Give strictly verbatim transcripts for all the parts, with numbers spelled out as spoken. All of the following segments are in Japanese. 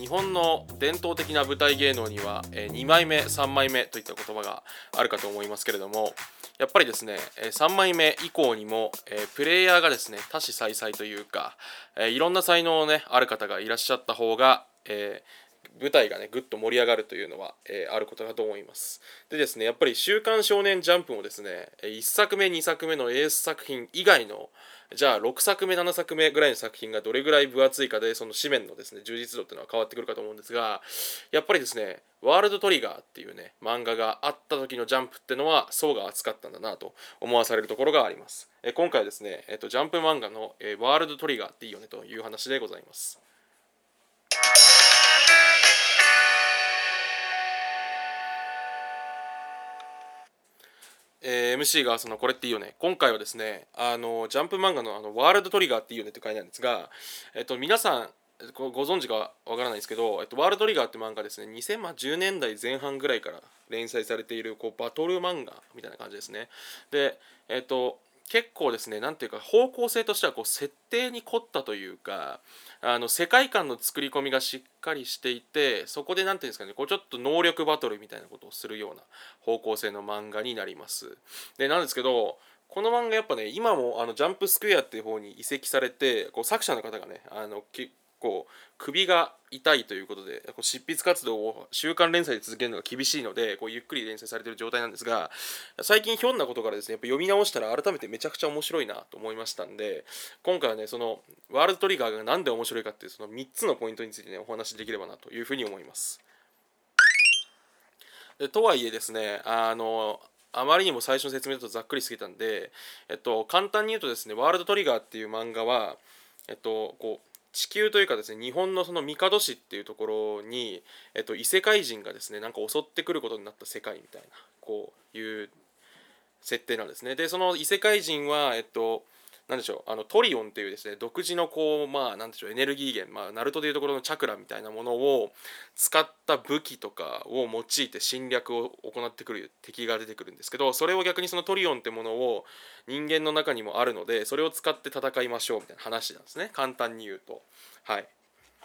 日本の伝統的な舞台芸能には、えー、にまいめさんまいめといった言葉があるかと思いますけれども、やっぱりですねさんまいめ以降にも、えー、プレイヤーがですね多種多彩というか、えー、いろんな才能のねある方がいらっしゃった方が、えー舞台がねぐっと盛り上がるというのは、えー、あることだと思います。でですねやっぱり週刊少年ジャンプもですねいっさくめにさくめのエース作品以外のじゃあろくさくめななさくめぐらいの作品がどれぐらい分厚いかでその紙面のですね充実度っていうのは変わってくるかと思うんですが、やっぱりですねワールドトリガーっていうね漫画があった時のジャンプってのは層が厚かったんだなと思わされるところがあります。え今回はですね、えっと、ジャンプ漫画の、えー、ワールドトリガーっていいよねという話でございます。えー、エムシー がそのこれっていいよね。今回はですね、あのジャンプ漫画のあのワールドトリガーっていいよねって書いてあるんですが、えっと皆さんごご存知かわからないですけど、えっとワールドトリガーって漫画ですね、にせんじゅうねんだいぜん半ぐらいから連載されているこうバトル漫画みたいな感じですね。で、えっと結構ですね、なんていうか方向性としてはこう設定に凝ったというか、あの世界観の作り込みがしっかりしていて、そこでなんていうんですかね、こうちょっと能力バトルみたいなことをするような方向性の漫画になります。でなんですけど、この漫画やっぱね今もあのジャンプスクエアっていう方に移籍されて、こう作者の方がねあの結構首が痛いということでこう執筆活動を週刊連載で続けるのが厳しいのでこうゆっくり連載されている状態なんですが、最近ひょんなことからですねやっぱ読み直したら改めてめちゃくちゃ面白いなと思いましたんで、今回はねそのワールドトリガーがなんで面白いかっていうそのみっつのポイントについてねお話しできればなというふうに思います。でとはいえですねあのあまりにも最初の説明だとざっくりすぎたんで、えっと、簡単に言うとですねワールドトリガーっていう漫画は、えっと、こう地球というかですね日本のその帝市っていうところに、えっと、異世界人がですねなんか襲ってくることになった世界みたいなこういう設定なんですね。でその異世界人は、えっと、なんでしょうあのトリオンっていうですね独自のこうまあなんでしょうエネルギー源、まあ、ナルトでいうところのチャクラみたいなものを使った武器とかを用いて侵略を行ってくる敵が出てくるんですけど、それを逆にそのトリオンってものを人間の中にもあるのでそれを使って戦いましょうみたいな話なんですね、簡単に言うと。はい。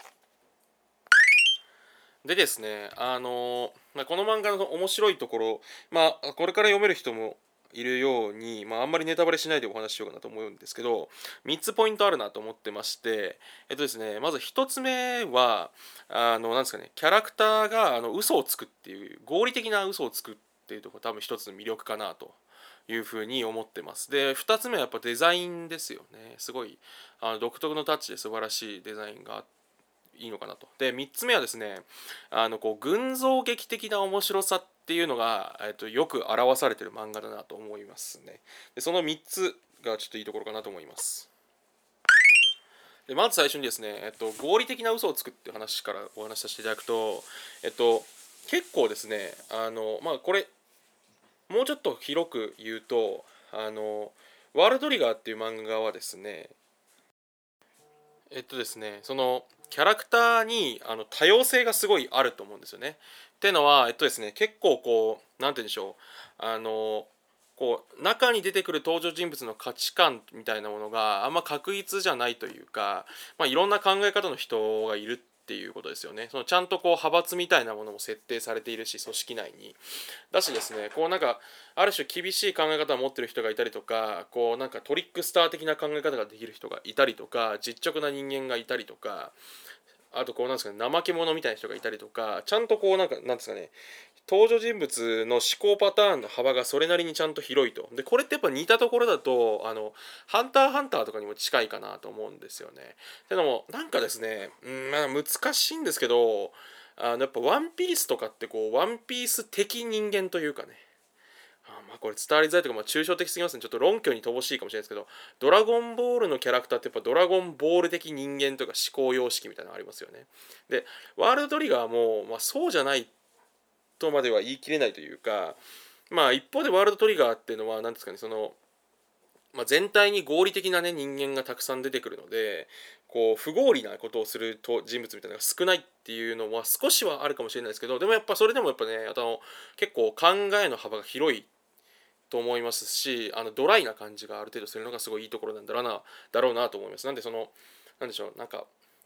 でですね、あのまあ、この漫画の面白いところ、まあ、これから読める人もいるように、まあ、あんまりネタバレしないでお話ししようかなと思うんですけど、みっつポイントあるなと思ってまして、えっとですね、まずひとつめは、あの、なんですかね、キャラクターがあの嘘をつくっていう、合理的な嘘をつくっていうところ多分一つの魅力かなというふうに思ってます。で、ふたつめはやっぱデザインですよね。すごいあの独特のタッチで素晴らしいデザインがあって、いいのかなと。でみっつめはですねあのこう群像劇的な面白さっていうのが、えっと、よく表されてる漫画だなと思いますね。でそのみっつがちょっといいところかなと思います。でまず最初にですね、えっと、合理的な嘘をつくっていう話からお話しさせていただくと、えっと、結構ですねあのまあこれもうちょっと広く言うとあのワールドトリガーっていう漫画はですねえっとですね、そのキャラクターにあの多様性がすごいあると思うんですよね。っていうのは、えっとですね、結構こう、なんて言うんでしょう、あの、こう中に出てくる登場人物の価値観みたいなものがあんま確一じゃないというか、まあ、いろんな考え方の人がいるっていうことですよね。そのちゃんとこう派閥みたいなものも設定されているし、組織内に。だしですね、こうなんかある種厳しい考え方を持ってる人がいたりとか、こうなんかトリックスター的な考え方ができる人がいたりとか、実直な人間がいたりとか、あとこうなんですかね、怠け者みたいな人がいたりとか、ちゃんとこうなんかなんですかね、登場人物の思考パターンの幅がそれなりにちゃんと広いと。でこれってやっぱ似たところだとあのハンターハンターとかにも近いかなと思うんですよね。でもなんかですね、うん、まあ難しいんですけど、あのやっぱワンピースとかってこうワンピース的人間というかね、あまあこれ伝わりづらいというか、まあ、抽象的すぎますね。ちょっと論拠に乏しいかもしれないですけど、ドラゴンボールのキャラクターってやっぱドラゴンボール的人間というか思考様式みたいなのありますよね。で、ワールドトリガーも、まあ、そうじゃないとまでは言い切れないというか、まあ一方でワールドトリガーっていうのは何ですかね、その、まあ、全体に合理的なね人間がたくさん出てくるので、こう不合理なことをすると人物みたいなのが少ないっていうのは少しはあるかもしれないですけど、でもやっぱそれでもやっぱねあの結構考えの幅が広いと思いますし、あのドライな感じがある程度するのがすごいいいところなんだろうなだろうなと思います。なんでそのなんでしょうなんか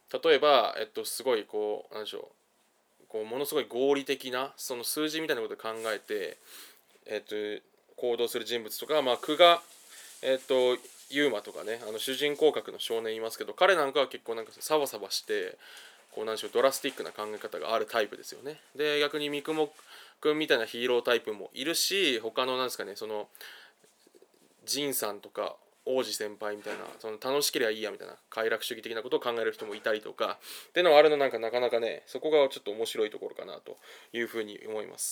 例えば、えっと、すごいこうなんでしょう、こうものすごい合理的なその数字みたいなことを考えて、えっと、行動する人物とか、まあ、久我、えっと、ユーマとかね、あの主人公格の少年いますけど、彼なんかは結構なんかサバサバしてこうなんでしょう、ドラスティックな考え方があるタイプですよね。で逆に三雲くんみたいなヒーロータイプもいるし、他のなんですかね、その仁さんとか王子先輩みたいな、その楽しければいいやみたいな快楽主義的なことを考える人もいたりとかっていうのはあるの、なんかなかなかね、そこがちょっと面白いところかなというふうに思います。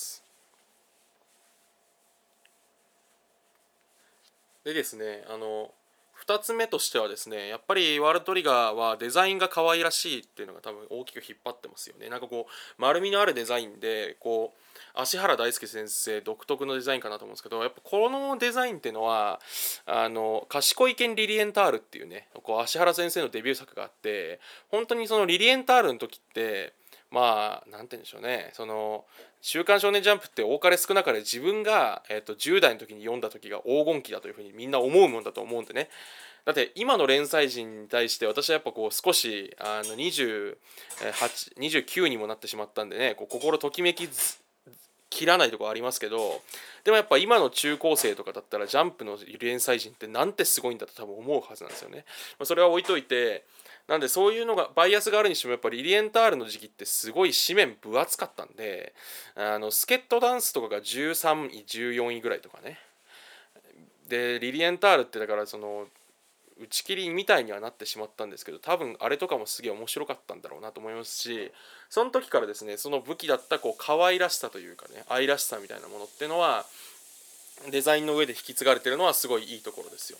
でですね、あのふたつめとしてはですね、やっぱりワールドトリガーはデザインが可愛らしいっていうのが多分大きく引っ張ってますよね。なんかこう丸みのあるデザインで、こう芦原大輔先生独特のデザインかなと思うんですけど、やっぱこのデザインっていうのはあの賢い犬リリエンタールっていうね、こう芦原先生のデビュー作があって、本当にそのリリエンタールの時って、まあなんて言うんでしょうね、その週刊少年ジャンプって多かれ少なかれ自分が、えー、とじゅう代の時に読んだ時が黄金期だというふうにみんな思うもんだと思うんでね。だって今の連載人に対して私はやっぱこう少しあのにじゅうはち、にじゅうきゅうにもなってしまったんでね、こう心ときめき切らないところありますけど、でもやっぱ今の中高生とかだったらジャンプの連載人ってなんてすごいんだと多分思うはずなんですよね。まあそれは置いといて、なんでそういうのがバイアスがあるにしてもやっぱりリリエンタールの時期ってすごい紙面分厚かったんで、あのスケットダンスとかがじゅうさんいじゅうよんいぐらいとかね。でリリエンタールってだからその打ち切りみたいにはなってしまったんですけど、多分あれとかもすげえ面白かったんだろうなと思いますし、その時からですね、その武器だったこう可愛らしさというかね、愛らしさみたいなものっていうのはデザインの上で引き継がれてるのはすごいいいところですよね。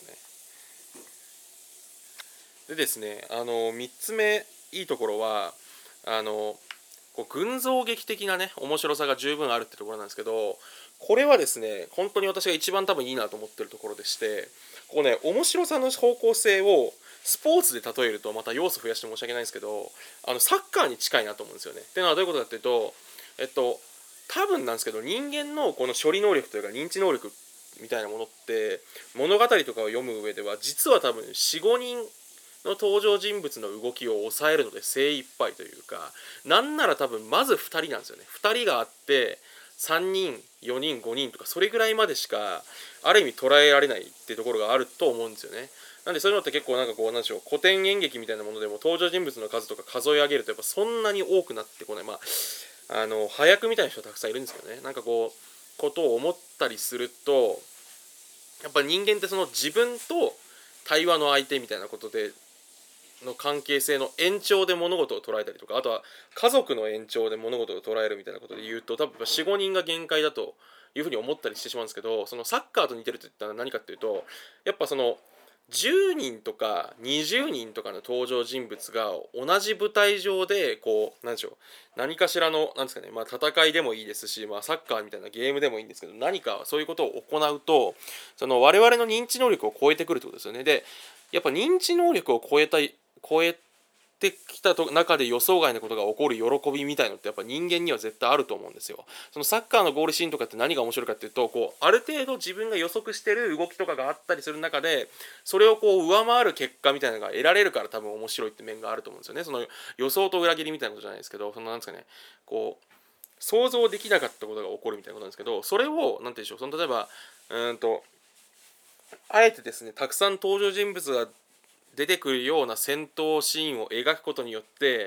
でですね、あのみっつめいいところは、あのこう群像劇的なね面白さが十分あるってところなんですけど、これはですね本当に私が一番多分いいなと思ってるところでして、こうね面白さの方向性をスポーツで例えるとまた要素増やして申し訳ないんですけど、あのサッカーに近いなと思うんですよね。っていうのはどういうことかっていうと、えっと多分なんですけど、人間のこの処理能力というか認知能力みたいなものって物語とかを読む上では実は多分よん、ごにんの登場人物の動きを抑えるので精一杯というか、なんなら多分まずふたりなんですよね。ふたりがあってさんにんよにんごにんとかそれぐらいまでしかある意味捉えられないっていうところがあると思うんですよね。なんでそういうのって結構なんかこうなんでしょう、古典演劇みたいなものでも登場人物の数とか数え上げるとやっぱそんなに多くなってこない。まああの早くみたいな人はたくさんいるんですけどね。なんかこうことを思ったりすると、やっぱ人間ってその自分と対話の相手みたいなことでの関係性の延長で物事を捉えたりとか、あとは家族の延長で物事を捉えるみたいなことで言うと多分よん、ごにんが限界だというふうに思ったりしてしまうんですけど、そのサッカーと似てると言ったら何かっていうと、やっぱそのじゅうにんとかにじゅうにんとかの登場人物が同じ舞台上でこうなんでしょう、何かしらのなんですかね、まあ戦いでもいいですし、まあサッカーみたいなゲームでもいいんですけど、何かそういうことを行うとその我々の認知能力を超えてくるってことですよね。でやっぱ認知能力を超えたい超えてきたと中で予想外のことが起こる喜びみたいのってやっぱ人間には絶対あると思うんですよ。そのサッカーのゴールシーンとかって何が面白いかっていうと、こうある程度自分が予測してる動きとかがあったりする中でそれをこう上回る結果みたいなのが得られるから多分面白いって面があると思うんですよね。その予想と裏切りみたいなことじゃないですけど、そのなんですかね、こう想像できなかったことが起こるみたいなことなんですけど、それを何て言うんでしょう、その例えばうーんとあえてですねたくさん登場人物が出てくるような戦闘シーンを描くことによって、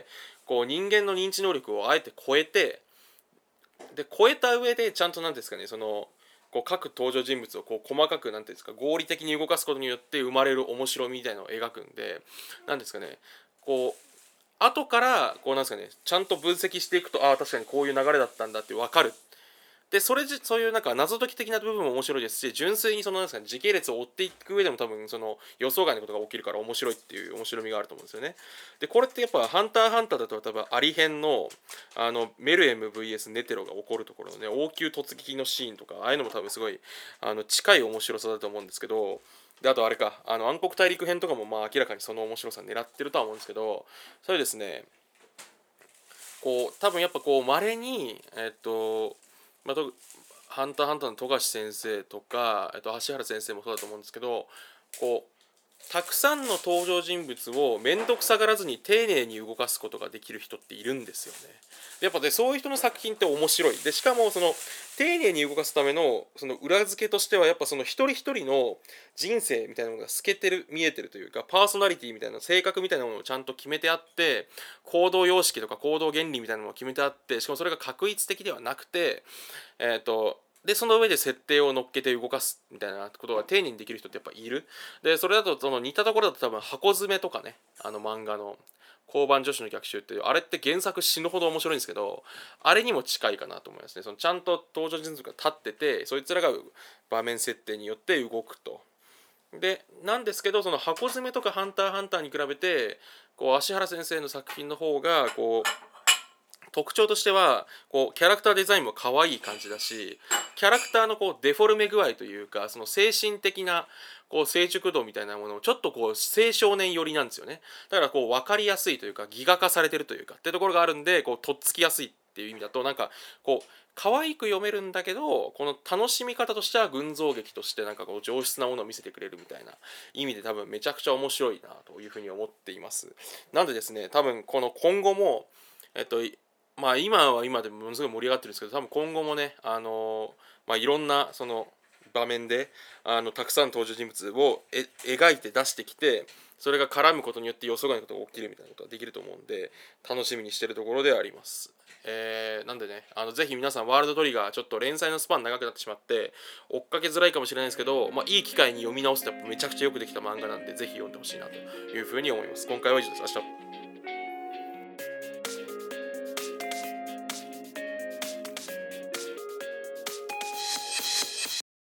こう人間の認知能力をあえて超えて、で超えた上でちゃんと何ですかね、そのこう各登場人物をこう細かく何ていうんですか合理的に動かすことによって生まれる面白みみたいなのを描くんで、何ですかね、こう後からこうなんですかねちゃんと分析していくと、ああ確かにこういう流れだったんだって分かる。でそれじそういうなんか謎解き的な部分も面白いですし、純粋にそのなんですかね時系列を追っていく上でも多分その予想外のことが起きるから面白いっていう面白みがあると思うんですよね。でこれってやっぱ「ハンターハンター」だと多分アリ編のあのメルエム ブイエス ネテロが起こるところのね応急突撃のシーンとか、ああいうのも多分すごいあの近い面白さだと思うんですけど、であとあれか、あの暗黒大陸編とかもまあ明らかにその面白さ狙ってるとは思うんですけど、それですね、こう多分やっぱこう稀にえっとまあ、とハンターハンターの富樫先生とか、えっと、橋原先生もそうだと思うんですけど、こうたくさんの登場人物を面倒くさがらずに丁寧に動かすことができる人っているんですよね。でやっぱね、そういう人の作品って面白い。でしかもその丁寧に動かすためのその裏付けとしては、やっぱその一人一人の人生みたいなものが透けてる見えてるというか、パーソナリティみたいな性格みたいなものをちゃんと決めてあって、行動様式とか行動原理みたいなものを決めてあって、しかもそれが確一的ではなくて、えっ、とで、その上で設定を乗っけて動かすみたいなことが丁寧にできる人ってやっぱいる。で、それだとその似たところだと多分箱詰めとかね、あの漫画の交番女子の逆襲っていう、あれって原作死ぬほど面白いんですけど、あれにも近いかなと思いますね。そのちゃんと登場人物が立ってて、そいつらが場面設定によって動くと。で、なんですけど、その箱詰めとかハンターハンターに比べて、こう、芦原先生の作品の方が、こう、特徴としてはこうキャラクターデザインも可愛い感じだし、キャラクターのこうデフォルメ具合というか、その精神的なこう成熟度みたいなものをちょっとこう青少年寄りなんですよね。だからこう分かりやすいというか、ギガ化されてるというかってところがあるんで、こうとっつきやすいっていう意味だと、なんかこう可愛く読めるんだけど、この楽しみ方としては群像劇としてなんかこう上質なものを見せてくれるみたいな意味で、多分めちゃくちゃ面白いなというふうに思っています。なんでですね、多分この今後もえっとまあ今は今でものすごい盛り上がってるんですけど、多分今後もね、あのまあいろんなその場面であのたくさん登場人物をえ描いて出してきて、それが絡むことによって予想外のことが起きるみたいなことができると思うんで、楽しみにしてるところであります。えー、なんでね、あのぜひ皆さん、ワールドトリガーちょっと連載のスパン長くなってしまって追っかけづらいかもしれないですけど、まあ、いい機会に読み直すとやっぱめちゃくちゃよくできた漫画なんで、ぜひ読んでほしいなというふうに思います。今回は以上です。明日